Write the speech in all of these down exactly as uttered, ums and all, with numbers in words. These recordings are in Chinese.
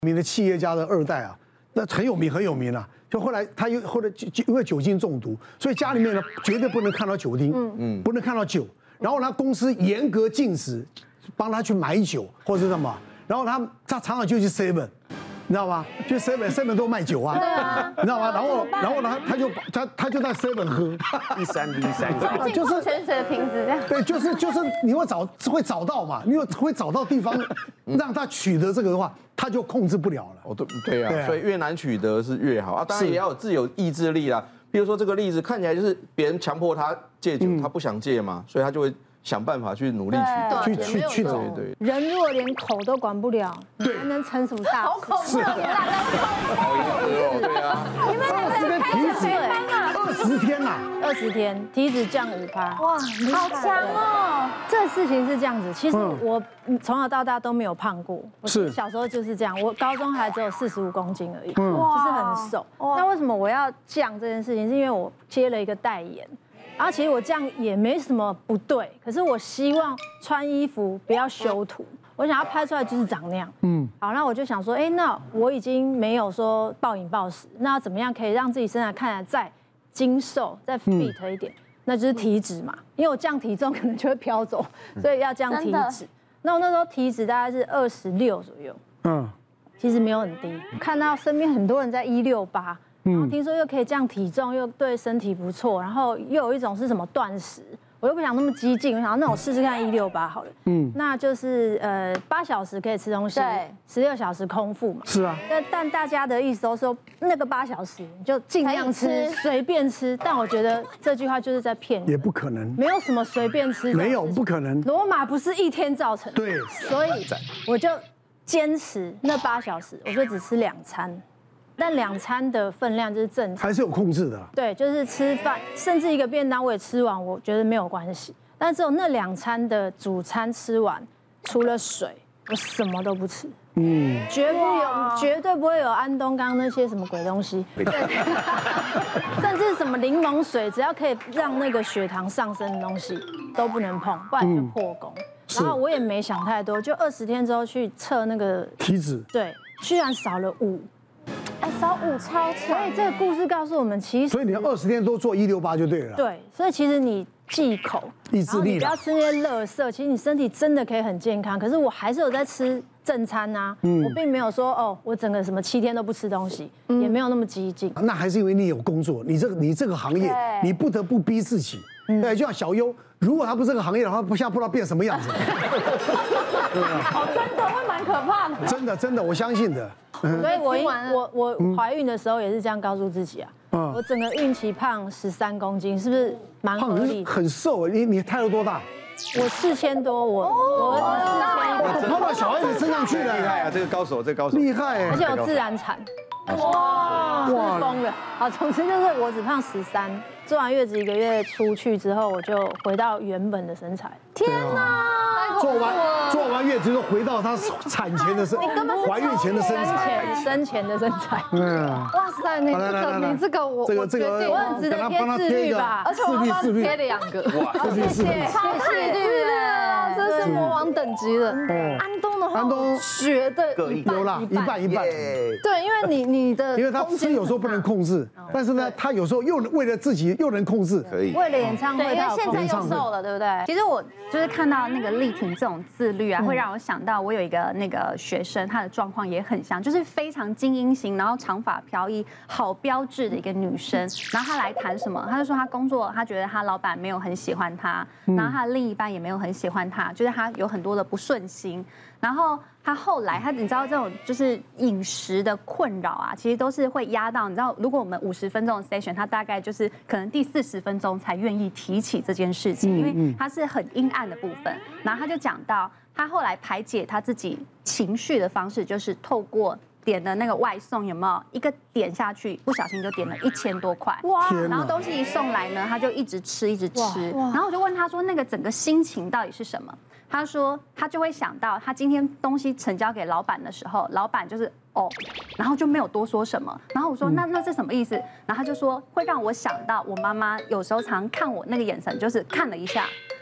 名的企业家的二代啊，那很有名很有名啊。就后来他又后来就就因为酒精中毒，所以家里面呢绝对不能看到酒精，嗯嗯，不能看到酒。然后呢，公司严格禁止帮他去买酒或者什么。然后他他常常就去 seven。你知道吗？就 seven seven 都卖酒啊，你知道吗？然后然后呢，他就他他就在 seven 喝， 一三一三， 就是泉水的瓶子这样。 对，就是就是你会找会找到嘛，你会找到地方让他取得这个的话，他就控制不了了。 哦，对对啊，所以越难取得是越好啊，当然也要有自有意志力啦。比如说这个例子看起来就是别人强迫他戒酒，他不想戒嘛，所以他就会想办法去努力去去去去找。 对， 人如果连口都管不了，还能成什么大事？ 好恐怖！ 好饮食哦，对啊。 你们两个人开始二十天呐， 二十天体脂降五趴， 哇，好强哦！ 这事情是这样子，其实我从小到大都没有胖过， 是小时候就是这样，我高中还只有四十五公斤而已，就是很瘦。那为什么我要降这件事情？是因为我接了一个代言。然后其实我这样也没什么不对，可是我希望穿衣服不要修图，我想要拍出来就是长那样。嗯，好，那我就想说，哎，那我已经没有说暴饮暴食，那要怎么样可以让自己身材看起来再精瘦、再 fit 一点？那就是体脂嘛，因为我降体重可能就会飘走，所以要降体脂。那我那时候体脂大概是二十六左右，嗯，其实没有很低。看到身边很多人在一六八。嗯，听说又可以降体重，又对身体不错，然后又有一种是什么断食，我又不想那么激进，我想那我试试看一六八好了。嗯，那就是呃八小时可以吃东西，对，十六小时空腹嘛。 是啊。 但但大家的意思都说那个八小时你就尽量吃，随便吃。但我觉得这句话就是在骗人。 也不可能。 没有什么随便吃。 没有，不可能。 罗马不是一天造成的。 对。 所以我就坚持那八小时，我就只吃两餐。但两餐的分量就是正常， 还是有控制的。 对，就是吃饭，甚至一个便当我也吃完，我觉得没有关系。但只有那两餐的主餐吃完，除了水，我什么都不吃。嗯，绝不有，绝对不会有安东刚那些什么鬼东西，甚至什么柠檬水，只要可以让那个血糖上升的东西都不能碰，不然就破功。然后我也没想太多，就二十天之后去测那个体脂， 对，居然少了五。 哎，少五超强！ 所以这个故事告诉我们，其实所以你二十天都做一六八就对了。 对，所以其实你忌口， 意志力， 不要吃那些垃圾，其实你身体真的可以很健康。可是我还是有在吃正餐啊，我并没有说哦，我整个什么七天都不吃东西，也没有那么激进。 那还是因为你有工作，你这个你这个行业，你不得不逼自己。对，就像小优，如果他不是这个行业的话，不现在不知道变什么样子。 哦，真的会蛮可怕的。 真的真的，我相信的。 所以我我我怀孕的时候也是这样告诉自己啊，我整个孕期胖十三公斤，是不是蛮合理的？ 很瘦，你你胎有多大？ 我四千多，我我儿子四千一， 跑到小孩子身上去了， 厉害啊！这个高手，这个高手厉害， 而且有自然产，哇，哇疯了。好，总之就是我只胖十三，做完月子一个月出去之后，我就回到原本的身材。 天哪！ 做完做完月子就回到她产前的身，怀孕前的身材， 生前的身材。 嗯，哇塞，你这个你这个我这个这个我很值得贴自律吧？ 而且我帮你贴两个，哇，谢谢，超自律的，这是魔王等级的。安东的话， 安东绝对有啦，一半一半。 对，因为你你的， 因为他吃有时候不能控制，但是呢，他有时候又为了自己又能控制， 可以。 为了演唱会， 因为现在又瘦了，对不对？ 其实我就是看到那个丽婷这种自律啊，会让我想到我有一个那个学生，她的状况也很像，就是非常精英型，然后长发飘逸，好标致的一个女生。然后她来谈什么？她就说她工作，她觉得她老板没有很喜欢她，然后她的另一半也没有很喜欢她，就是她有很多的不顺心。然后她后来，她你知道这种就是饮食的困扰啊，其实都是会压到你知道，如果我们五十分钟的 session， 她大概就是可能第四十分钟才愿意提起这件事情，因为她是很阴暗的部分。然后她就讲到，她后来排解她自己情绪的方式，就是透过点的那个外送，有没有一个点下去，不小心就点了一千多块，哇！然后东西一送来呢，她就一直吃，一直吃。然后我就问她说，那个整个心情到底是什么？他说，他就会想到，他今天东西成交给老板的时候，老板就是哦，然后就没有多说什么。然后我说，那那是什么意思？然后他就说，会让我想到我妈妈有时候常看我那个眼神，就是看了一下，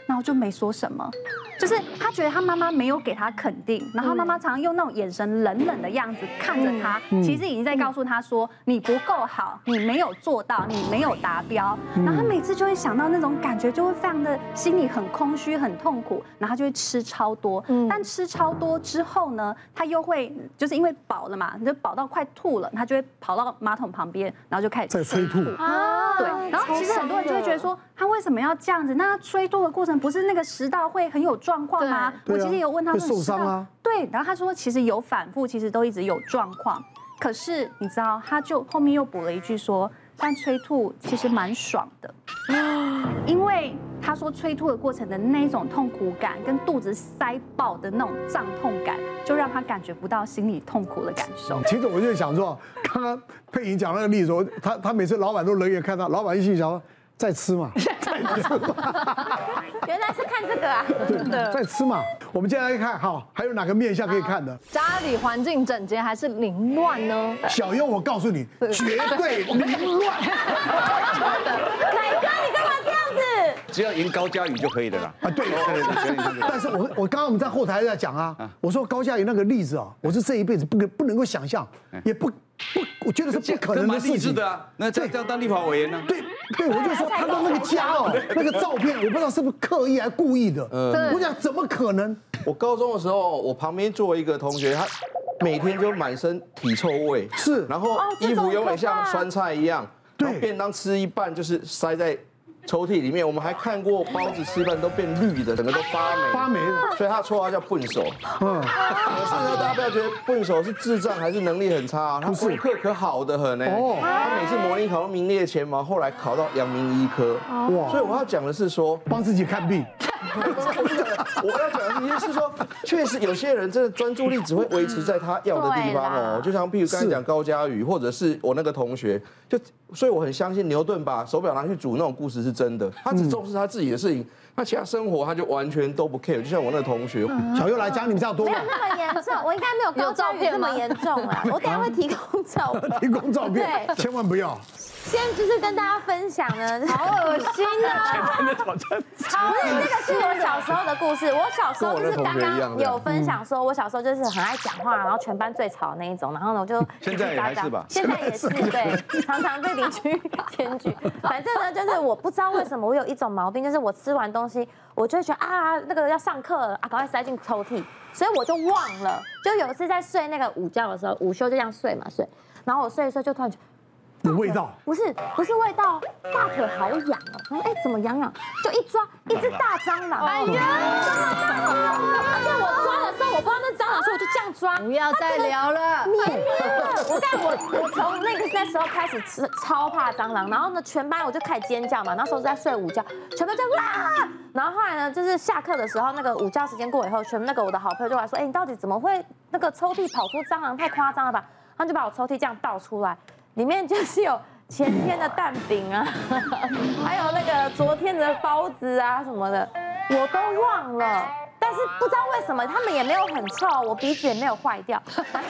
然后就没说什么。就是他觉得他妈妈没有给他肯定，然后妈妈常常用那种眼神冷冷的样子看着他，其实已经在告诉他说你不够好，你没有做到，你没有达标。然后他每次就会想到那种感觉，就会非常的心里很空虚、很痛苦，然后他就会吃超多。但吃超多之后呢，他又会就是因为饱了嘛，就饱到快吐了，他就会跑到马桶旁边，然后就开始在催吐。 啊，对。然后其实很多人就会觉得说，他为什么要这样子？那他催吐的过程不是那个食道会很有状况吗？我其实有问他们， 会受伤啊。 对，然后他说其实有反复，其实都一直有状况。可是你知道，他就后面又补了一句说，但催吐其实蛮爽的，因为他说催吐的过程的那种痛苦感，跟肚子塞爆的那种胀痛感，就让他感觉不到心里痛苦的感受。 其实我就想说，刚刚佩莹讲那个例子，他他每次老板都冷眼看到，老板一心想说再吃嘛，再吃嘛。 原来是看这个啊！ 对，再吃嘛。我们接下来看，好，还有哪个面向可以看的？ 家里环境整洁还是凌乱呢？ 小优，我告诉你，绝对凌乱。 奶哥，你干嘛这样子？ 只要赢高嘉瑜就可以了啦。 啊，对，但是我我刚刚我们在后台在讲啊，我说高嘉瑜那个例子啊，我是这一辈子不不能够想象，也不不，我觉得是不可能的事情的啊。那这样当立法委员呢？ 对对，我就说他的那个家哦，那个照片，我不知道是不是刻意还是故意的。嗯，我想怎么可能？ 我高中的时候，我旁边坐一个同学，他每天就满身体臭味， 是， 然后衣服永远像酸菜一样， 对， 便当吃一半就是塞在抽屉里面。我们还看过包子吃饭都变绿的，整个都发霉， 发霉了， 所以他绰号叫笨手。嗯，可是呢，大家不要觉得笨手是智障还是能力很差啊，他功课可好的很呢。哦，他每次模拟考都名列前茅，后来考到阳明医科。哇，所以我要讲的是说， 帮自己看病。 我要讲的是说，确实有些人真的专注力只会维持在他要的地方哦，就像譬如刚才讲高嘉瑜，或者是我那个同学，就所以我很相信牛顿把手表拿去煮那种故事是真的，他只重视他自己的事情。那其他生活他就完全都不 care， 就像我那个同学， 小优来讲，你们这样多吗？ 没有那么严重，我应该没有高嘉瑜这么严重啊。我等下会提供照片， 提供照片， 对， 千万不要。 先就是跟大家分享呢，好恶心啊！不是，这个是我小时候的故事。我小时候就是刚刚有分享说，我小时候就是很爱讲话，然后全班最吵的那一种。然后呢，我就现在也还是吧， 现在也是对，常常被邻居检举。反正呢，就是我不知道为什么我有一种毛病，就是我吃完东西，我就会觉得啊，那个要上课了啊，赶快塞进抽屉，所以我就忘了。就有一次在睡那个午觉的时候，午休就这样睡嘛睡，然后我睡一睡就突然觉得。 有味道？ 不是，不是味道，大腿好痒哦。然后哎，怎么痒痒？就一抓，一只大蟑螂。哎呀，这么大！而且我抓的时候，我不知道那蟑螂，所以我就这样抓。 不要再聊了， 黏黏了。我但我我从那个那时候开始吃超怕蟑螂，然后呢，全班我就开始尖叫嘛。那时候在睡午觉，全班就哇。然后后来呢，就是下课的时候，那个午觉时间过以后，全那个我的好朋友就来说，哎，你到底怎么会那个抽屉跑出蟑螂？太夸张了吧？他就把我抽屉这样倒出来。里面就是有前天的蛋饼啊，还有那个昨天的包子啊什么的，我都忘了。但是不知道为什么他们也没有很臭，我鼻子也没有坏掉。哎，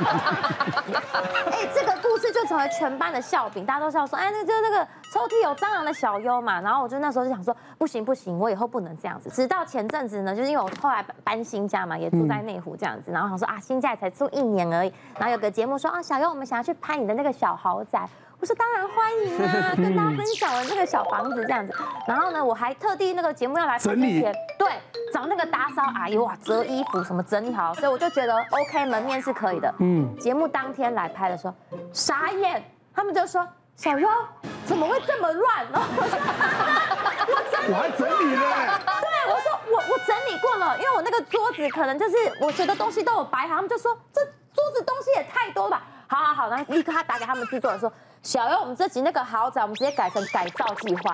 这个故事就成为全班的笑柄，大家都笑说，哎，那就是那个抽屉有蟑螂的小优嘛。然后我就那时候就想说，不行不行，我以后不能这样子。直到前阵子呢，就是因为我后来搬新家嘛，也住在内湖这样子，然后想说啊，新家才住一年而已。然后有个节目说啊，小优，我们想要去拍你的那个小豪宅。我说当然欢迎啊，跟大家分享了这个小房子这样子。然后呢，我还特地那个节目要来拍之前，对，找那个打扫阿姨哇，折衣服什么整理好，所以我就觉得 OK， 门面是可以的。嗯，节目当天来拍的时候，傻眼，他们就说小优怎么会这么乱？然后我说我整理， 我还整理了。 对，我说我我整理过了，因为我那个桌子可能就是我觉得东西都有摆好，他们就说这桌子东西也太多了吧。好好好，然后立刻他打给他们制作人说，小优，我们这集那个豪宅，我们直接改成改造计划，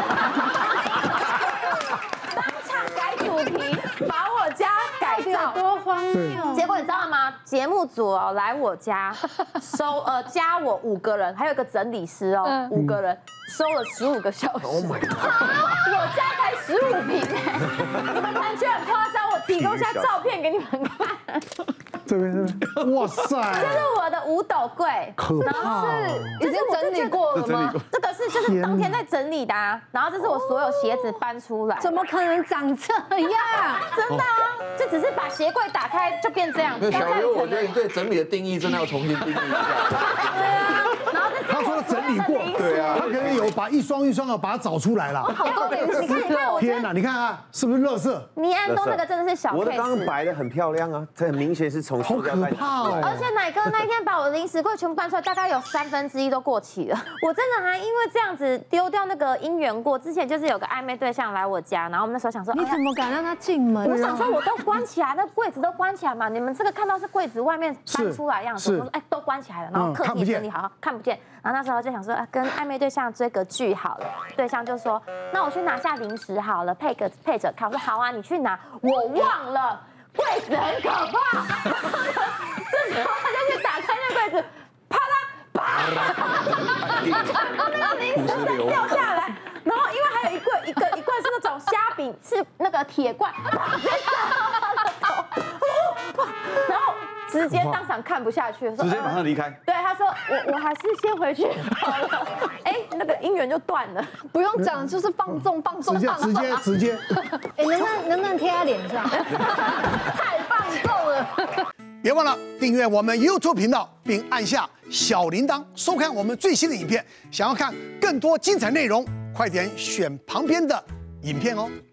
当场改主题，把我家改造， 多荒谬！ 结果你知道吗？节目组哦来我家收呃加我五个人，还有一个整理师哦，五个人收了十五个小时。Oh my god！ 我家才十五平哎，你们感觉很夸张？我提供一下照片给你们看。 这边这边，哇塞， 这是我的五斗柜， 可怕哦！ 已经整理过了吗？这个是就是当天在整理的啊，然后这是我所有鞋子搬出来， 怎么可能长这样？ 真的啊，就只是把鞋柜打开就变这样。 没有小优，我觉得你对整理的定义真的要重新定义一下。 对啊，然后这是他说整理过， 对啊， 他可能有把一双一双的把它找出来了。 好多零食，你看你看我天哪，你看啊，是不是垃圾？ 倪安东那个真的是小 case。 我的刚刚白的很漂亮啊，这很明显是从塑料袋。 好可怕哦！ 而且奶哥那一天把我的零食柜全部搬出来，大概有三分之一都过期了。我真的还因为这样子丢掉那个姻缘过。之前就是有个暧昧对象来我家，然后我们那时候想说， 你怎么敢让他进门？ 我想说我都关起来，那柜子都关起来嘛。你们这个看到是柜子外面搬出来样子，我说哎都关起来了，然后客厅整理好，看不见。然后那时候就想说，啊，跟暧昧对象追个剧好了。对象就说，那我去拿下零食好了，配个配着看。我说好啊，你去拿。我忘了。柜子很可怕，这时候他就去打开那柜子，啪啦啪，然后那个零食才掉下来，然后因为还有一柜一个一罐是那种虾饼，是那个铁罐，直接砸到他的头，然后直接当场看不下去，说直接马上离开。 对，他说我我还是先回去好了，哎，那个姻缘就断了， 不用讲，就是放纵放纵， 直接直接直接。 哎，能不能能不能贴在脸上？ 太放纵了。 别忘了订阅我们 YouTube 频道，并按下小铃铛，收看我们最新的影片。想要看更多精彩内容，快点选旁边的影片哦。